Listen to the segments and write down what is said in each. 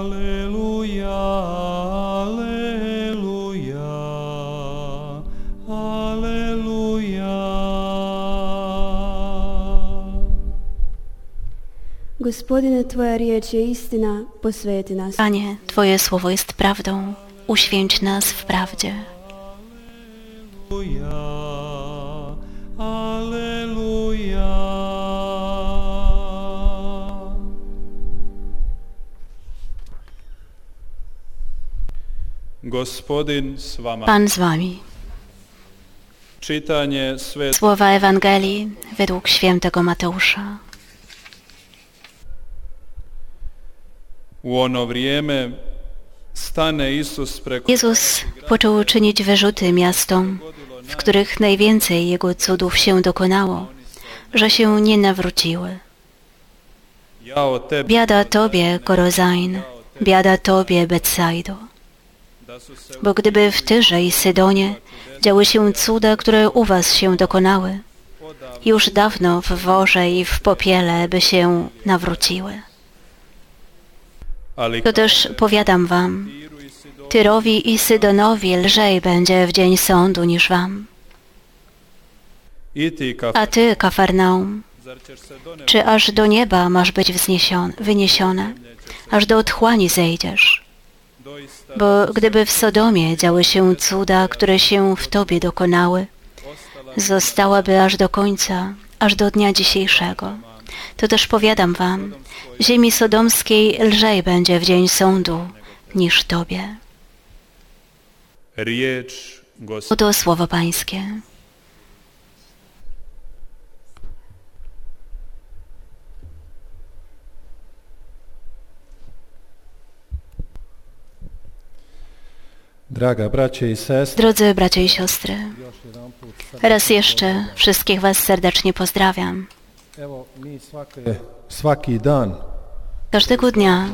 Gospodine, Tvoja riječ je istina, posveti nas. Panie, Twoje słowo jest prawdą, uświęć nas w prawdzie. Pan z wami. Słowa Ewangelii według świętego Mateusza. Jezus począł czynić wyrzuty miastom, w których najwięcej Jego cudów się dokonało, że się nie nawróciły. Biada Tobie, Korozain, biada Tobie, Betsaido. Bo gdyby w Tyrze i Sydonie działy się cuda, które u was się dokonały, już dawno w worze i w popiele by się nawróciły. To też powiadam wam, Tyrowi i Sydonowi lżej będzie w dzień sądu niż wam. A ty, Kafarnaum, czy aż do nieba masz być wyniesione, aż do otchłani zejdziesz? Bo gdyby w Sodomie działy się cuda, które się w tobie dokonały, zostałaby aż do końca, aż do dnia dzisiejszego. To też powiadam wam, ziemi sodomskiej lżej będzie w dzień sądu niż tobie. Oto słowo Pańskie. Drodzy bracia i siostry, raz jeszcze wszystkich was serdecznie pozdrawiam. Każdego dnia,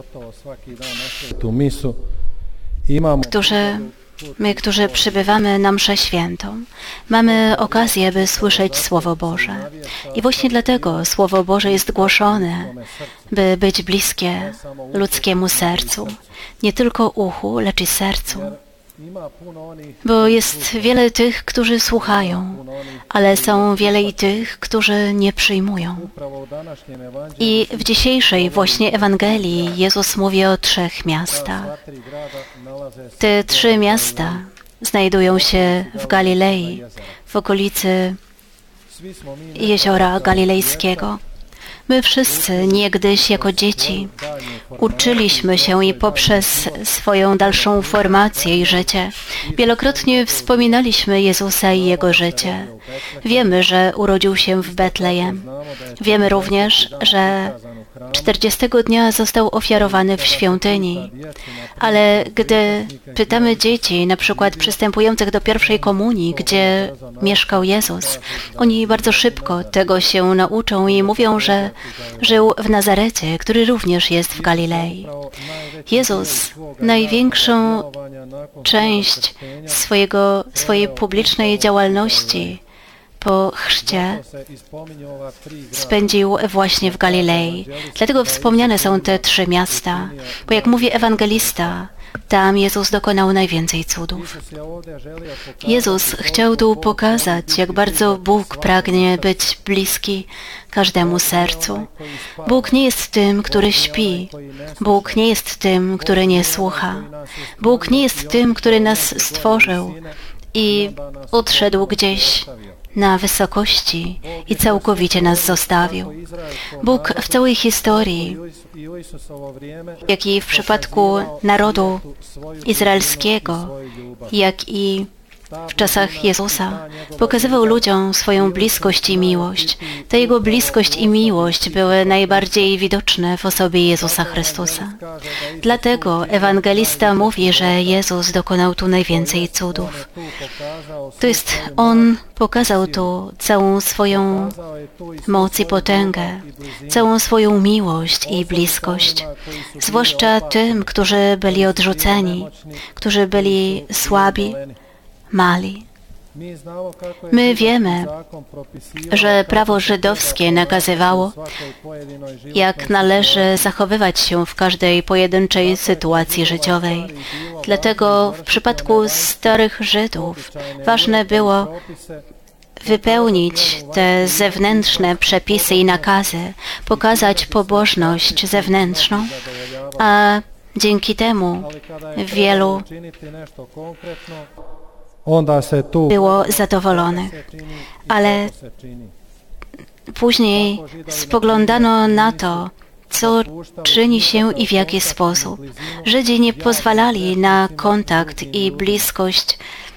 my, którzy przybywamy na mszę świętą, mamy okazję, by słyszeć Słowo Boże. I właśnie dlatego Słowo Boże jest głoszone, by być bliskie ludzkiemu sercu. Nie tylko uchu, lecz i sercu. Bo jest wiele tych, którzy słuchają, ale są wiele i tych, którzy nie przyjmują. I w dzisiejszej właśnie Ewangelii Jezus mówi o 3 miastach. Te 3 miasta znajdują się w Galilei, w okolicy jeziora Galilejskiego. My wszyscy niegdyś jako dzieci uczyliśmy się i poprzez swoją dalszą formację i życie wielokrotnie wspominaliśmy Jezusa i Jego życie. Wiemy, że urodził się w Betlejem. Wiemy również, że 40 dnia został ofiarowany w świątyni. Ale gdy pytamy dzieci, na przykład przystępujących do pierwszej komunii, gdzie mieszkał Jezus, oni bardzo szybko tego się nauczą i mówią, że żył w Nazarecie, który również jest w Galilei. Jezus największą część swojej publicznej działalności po chrzcie spędził właśnie w Galilei. Dlatego wspomniane są te 3 miasta, bo jak mówi ewangelista, tam Jezus dokonał najwięcej cudów. Jezus chciał tu pokazać, jak bardzo Bóg pragnie być bliski każdemu sercu. Bóg nie jest tym, który śpi. Bóg nie jest tym, który nie słucha. Bóg nie jest tym, który nas stworzył i odszedł gdzieś na wysokości i całkowicie nas zostawił. Bóg w całej historii, jak i w przypadku narodu izraelskiego, jak i w czasach Jezusa, pokazywał ludziom swoją bliskość i miłość. Ta Jego bliskość i miłość były najbardziej widoczne w osobie Jezusa Chrystusa. Dlatego ewangelista mówi, że Jezus dokonał tu najwięcej cudów. To jest On pokazał tu całą swoją moc i potęgę, całą swoją miłość i bliskość, zwłaszcza tym, którzy byli odrzuceni, którzy byli słabi, mali. My wiemy, że prawo żydowskie nakazywało, jak należy zachowywać się w każdej pojedynczej sytuacji życiowej. Dlatego w przypadku starych Żydów ważne było wypełnić te zewnętrzne przepisy i nakazy, pokazać pobożność zewnętrzną, a dzięki temu wielu było zadowolonych. Ale później spoglądano na to, co czyni się i w jaki sposób. Żydzi nie pozwalali na kontakt i bliskość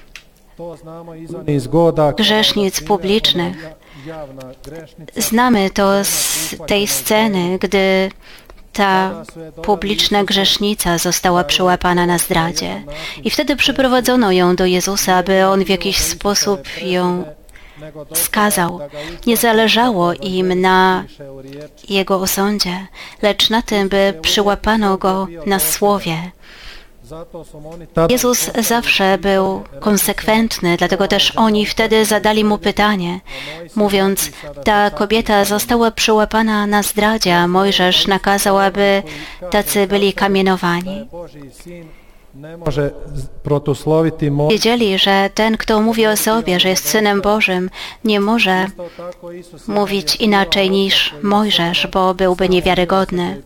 grzesznic publicznych. Znamy to z tej sceny, gdy ta publiczna grzesznica została przyłapana na zdradzie. I wtedy przyprowadzono ją do Jezusa, aby On w jakiś sposób ją skazał. Nie zależało im na Jego osądzie, lecz na tym, by przyłapano Go na słowie. Jezus zawsze był konsekwentny, dlatego też oni wtedy zadali Mu pytanie, mówiąc, ta kobieta została przyłapana na zdradzie, a Mojżesz nakazał, aby tacy byli kamienowani. Wiedzieli, że ten, kto mówi o sobie, że jest Synem Bożym, nie może mówić inaczej niż Mojżesz, bo byłby niewiarygodny.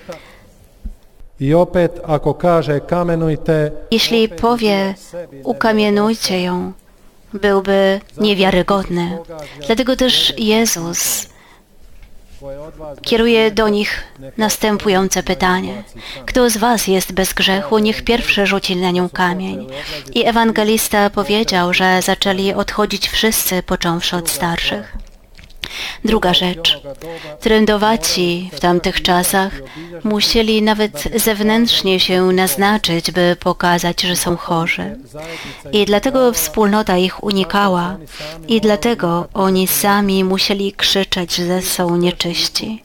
Jeśli powie, ukamienujcie ją, byłby niewiarygodny. Dlatego też Jezus kieruje do nich następujące pytanie. Kto z was jest bez grzechu, niech pierwszy rzuci na nią kamień. I ewangelista powiedział, że zaczęli odchodzić wszyscy, począwszy od starszych. Druga rzecz. Trędowaci w tamtych czasach musieli nawet zewnętrznie się naznaczyć, by pokazać, że są chorzy. I dlatego wspólnota ich unikała. I dlatego oni sami musieli krzyczeć, że są nieczyści.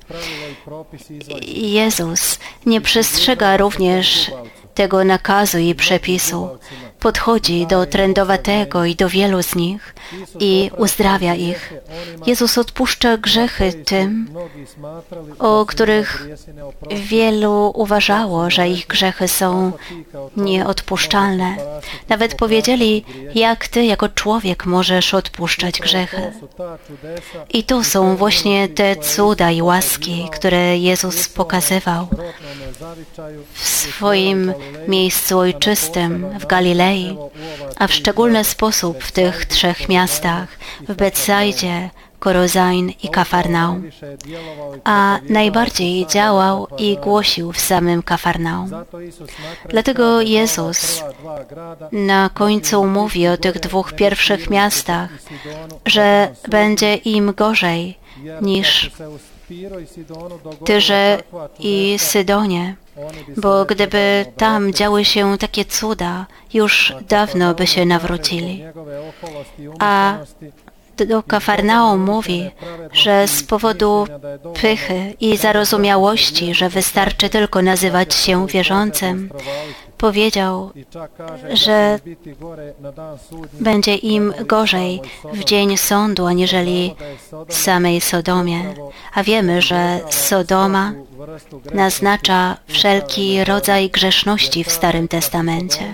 Jezus nie przestrzega również tego nakazu i przepisu. Podchodzi do trędowatego i do wielu z nich i uzdrawia ich. Jezus odpuszcza grzechy tym, o których wielu uważało, że ich grzechy są nieodpuszczalne. Nawet powiedzieli, jak Ty jako człowiek możesz odpuszczać grzechy. I to są właśnie te cuda i łaski, które Jezus pokazywał w swoim miejscu ojczystym w Galilei, a w szczególny sposób w tych trzech miastach, w Betsajdzie, Korozain i Kafarnaum, a najbardziej działał i głosił w samym Kafarnaum. Dlatego Jezus na końcu mówi o tych dwóch pierwszych miastach, że będzie im gorzej niż Tyrze i Sydonie, bo gdyby tam działy się takie cuda, już dawno by się nawrócili. A do Kafarnaum mówi, że z powodu pychy i zarozumiałości, że wystarczy tylko nazywać się wierzącym, powiedział, że będzie im gorzej w dzień sądu, aniżeli samej Sodomie. A wiemy, że Sodoma naznacza wszelki rodzaj grzeszności w Starym Testamencie.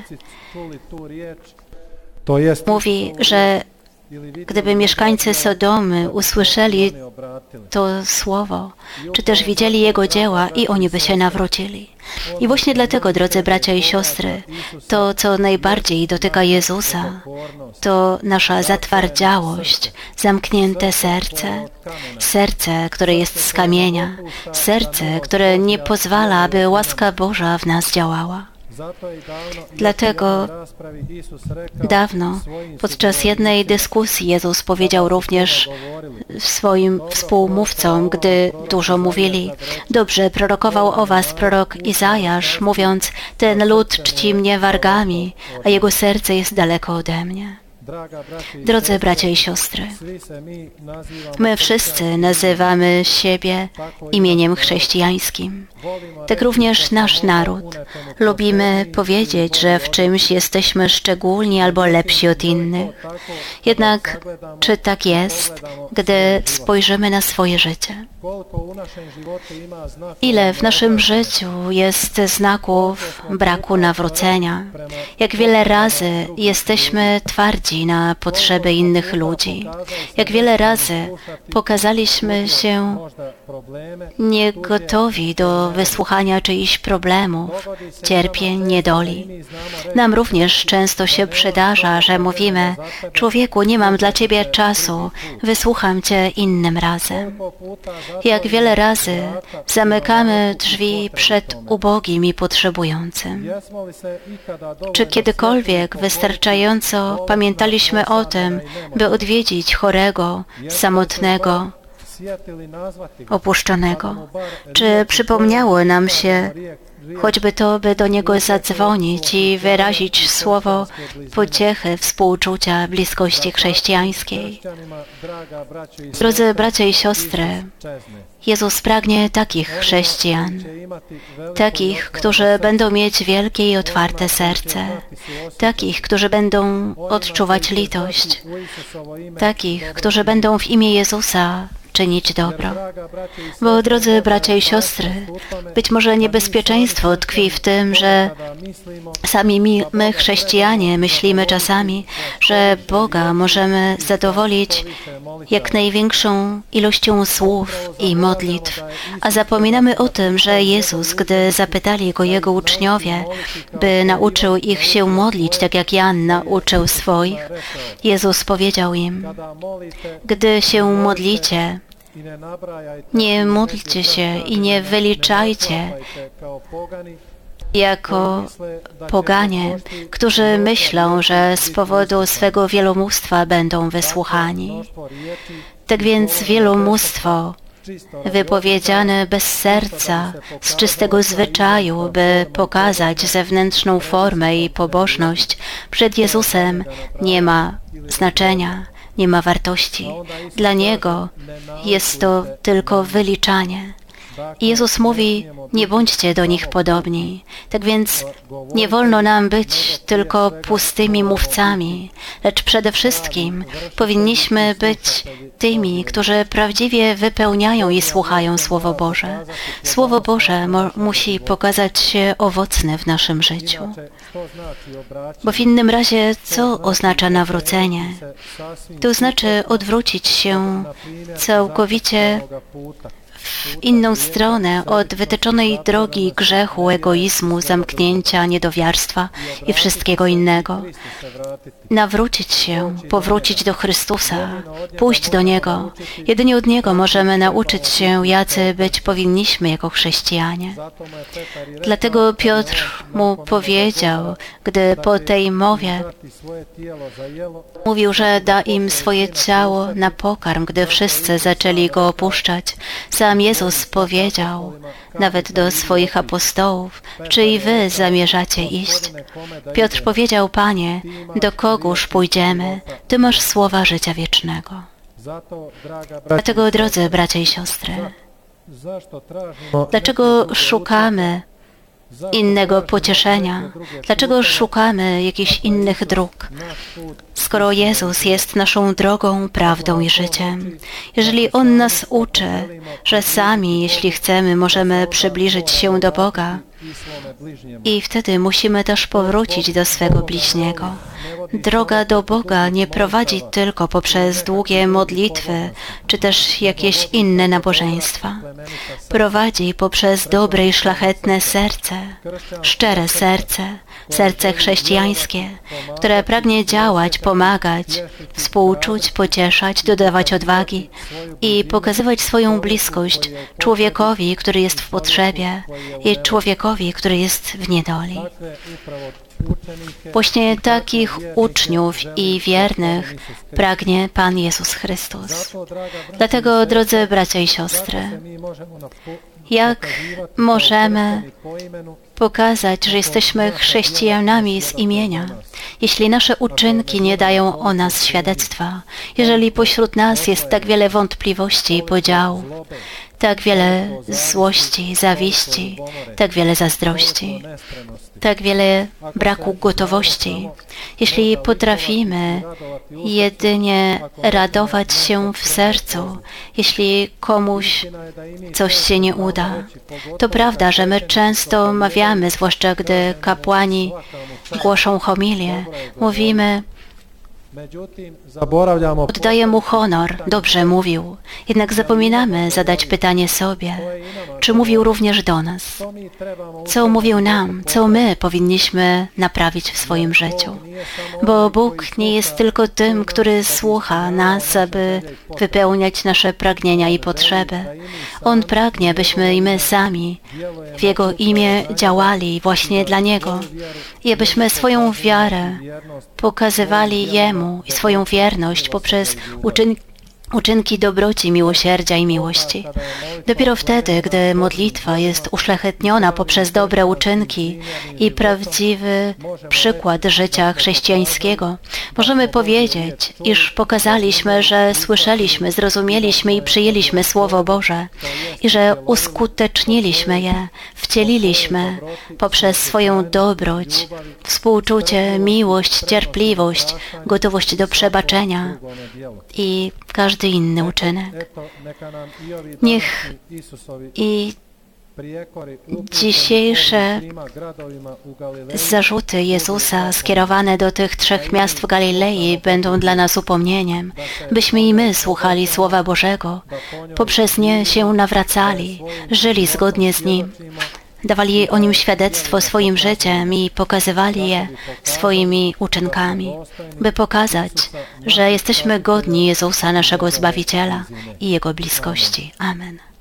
Mówi, że gdyby mieszkańcy Sodomy usłyszeli to słowo, czy też widzieli Jego dzieła, i oni by się nawrócili. I właśnie dlatego, drodzy bracia i siostry, to, co najbardziej dotyka Jezusa, to nasza zatwardziałość, zamknięte serce, serce, które jest z kamienia, serce, które nie pozwala, aby łaska Boża w nas działała. Dlatego dawno, podczas jednej dyskusji, Jezus powiedział również swoim współmówcom, gdy dużo mówili: dobrze, prorokował o was prorok Izajasz, mówiąc: ten lud czci mnie wargami, a jego serce jest daleko ode mnie. Drodzy bracia i siostry, my wszyscy nazywamy siebie imieniem chrześcijańskim. Tak również nasz naród. Lubimy powiedzieć, że w czymś jesteśmy szczególni albo lepsi od innych. Jednak czy tak jest, gdy spojrzymy na swoje życie? Ile w naszym życiu jest znaków braku nawrócenia? Jak wiele razy jesteśmy twardzi na potrzeby innych ludzi? Jak wiele razy pokazaliśmy się niegotowi do wysłuchania czyichś problemów, cierpień, niedoli? Nam również często się przydarza, że mówimy: człowieku, nie mam dla Ciebie czasu, wysłucham Cię innym razem. Jak wiele razy zamykamy drzwi przed ubogim i potrzebującym. Czy kiedykolwiek wystarczająco pamiętaliśmy o tym, by odwiedzić chorego, samotnego, opuszczonego? Czy przypomniało nam się choćby to, by do niego zadzwonić i wyrazić słowo pociechy, współczucia, bliskości chrześcijańskiej? Drodzy bracia i siostry, Jezus pragnie takich chrześcijan, takich, którzy będą mieć wielkie i otwarte serce, takich, którzy będą odczuwać litość, takich, którzy będą w imię Jezusa czynić dobro. Bo, drodzy bracia i siostry, być może niebezpieczeństwo tkwi w tym, że sami my, chrześcijanie, myślimy czasami, że Boga możemy zadowolić jak największą ilością słów i modlitw, a zapominamy o tym, że Jezus, gdy zapytali Go Jego uczniowie, by nauczył ich się modlić, tak jak Jan nauczył swoich, Jezus powiedział im: gdy się modlicie, nie módlcie się i nie wyliczajcie jako poganie, którzy myślą, że z powodu swego wielomóstwa będą wysłuchani. Tak więc wielomóstwo wypowiedziane bez serca, z czystego zwyczaju, by pokazać zewnętrzną formę i pobożność, przed Jezusem nie ma znaczenia, nie ma wartości. Dla Niego jest to tylko wyliczanie. I Jezus mówi: nie bądźcie do nich podobni. Tak więc nie wolno nam być tylko pustymi mówcami, lecz przede wszystkim powinniśmy być tymi, którzy prawdziwie wypełniają i słuchają Słowo Boże. Słowo Boże musi pokazać się owocne w naszym życiu. Bo w innym razie co oznacza nawrócenie? To znaczy odwrócić się całkowicie w inną stronę od wytyczonej drogi grzechu, egoizmu, zamknięcia, niedowiarstwa i wszystkiego innego. Nawrócić się, powrócić do Chrystusa, pójść do Niego. Jedynie od Niego możemy nauczyć się, jacy być powinniśmy jako chrześcijanie. Dlatego Piotr mu powiedział, gdy po tej mowie mówił, że da im swoje ciało na pokarm, gdy wszyscy zaczęli Go opuszczać. Sam Jezus powiedział nawet do swoich apostołów: czy i wy zamierzacie iść? Piotr powiedział: Panie, do kogóż pójdziemy? Ty masz słowa życia wiecznego. Dlatego, drodzy bracia i siostry, dlaczego szukamy innego pocieszenia? Dlaczego szukamy jakichś innych dróg, skoro Jezus jest naszą drogą, prawdą i życiem? Jeżeli On nas uczy, że sami, jeśli chcemy, możemy przybliżyć się do Boga, i wtedy musimy też powrócić do swego bliźniego. Droga do Boga nie prowadzi tylko poprzez długie modlitwy, czy też jakieś inne nabożeństwa. Prowadzi poprzez dobre i szlachetne serce, szczere serce, serce chrześcijańskie, które pragnie działać, pomagać, współczuć, pocieszać, dodawać odwagi i pokazywać swoją bliskość człowiekowi, który jest w potrzebie, i człowiekowi, człowiekowi, który jest w niedoli. Właśnie takich uczniów i wiernych pragnie Pan Jezus Chrystus. Dlatego, drodzy bracia i siostry, jak możemy pokazać, że jesteśmy chrześcijanami z imienia, jeśli nasze uczynki nie dają o nas świadectwa, jeżeli pośród nas jest tak wiele wątpliwości i podziałów, tak wiele złości, zawiści, tak wiele zazdrości, tak wiele braku gotowości. Jeśli potrafimy jedynie radować się w sercu, jeśli komuś coś się nie uda, to prawda, że my często mawiamy, zwłaszcza gdy kapłani głoszą homilię, mówimy: oddaję mu honor, dobrze mówił. Jednak zapominamy zadać pytanie sobie, czy mówił również do nas? Co mówił nam? Co my powinniśmy naprawić w swoim życiu? Bo Bóg nie jest tylko tym, który słucha nas, aby wypełniać nasze pragnienia i potrzeby. On pragnie, abyśmy i my sami w Jego imię działali właśnie dla Niego i abyśmy swoją wiarę pokazywali Jemu i swoją wierność poprzez uczynki dobroci, miłosierdzia i miłości. Dopiero wtedy, gdy modlitwa jest uszlachetniona poprzez dobre uczynki i prawdziwy przykład życia chrześcijańskiego, możemy powiedzieć, iż pokazaliśmy, że słyszeliśmy, zrozumieliśmy i przyjęliśmy Słowo Boże i że uskuteczniliśmy je, wcieliliśmy poprzez swoją dobroć, współczucie, miłość, cierpliwość, gotowość do przebaczenia i każdy inny uczynek. Niech i dzisiejsze zarzuty Jezusa skierowane do tych 3 miast w Galilei będą dla nas upomnieniem, byśmy i my słuchali Słowa Bożego, poprzez nie się nawracali, żyli zgodnie z Nim, dawali o Nim świadectwo swoim życiem i pokazywali je swoimi uczynkami, by pokazać, że jesteśmy godni Jezusa, naszego Zbawiciela i Jego bliskości. Amen.